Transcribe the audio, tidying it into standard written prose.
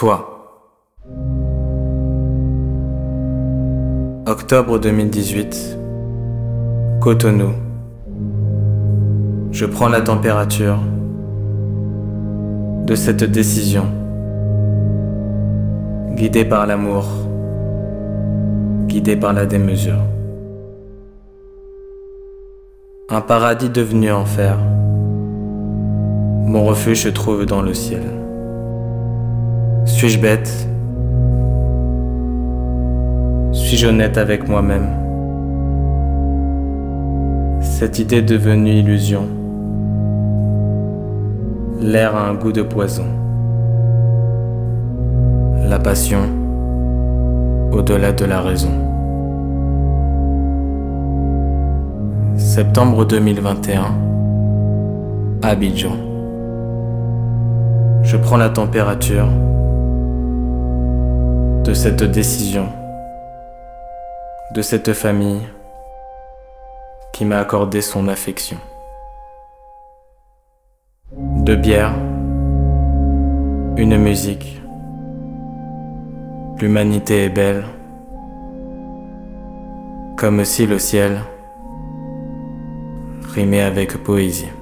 Toi. Octobre 2018. Cotonou. Je prends la température de cette décision, guidé par l'amour, guidé par la démesure. Un paradis devenu enfer, mon refuge se trouve dans le ciel. Suis-je bête? Suis-je honnête avec moi-même? Cette idée est devenue illusion. L'air a un goût de poison. La passion, au-delà de la raison. Septembre 2021, Abidjan. Je prends la température de cette décision, de cette famille qui m'a accordé son affection. Deux bières, une musique, l'humanité est belle, comme si le ciel rimait avec poésie.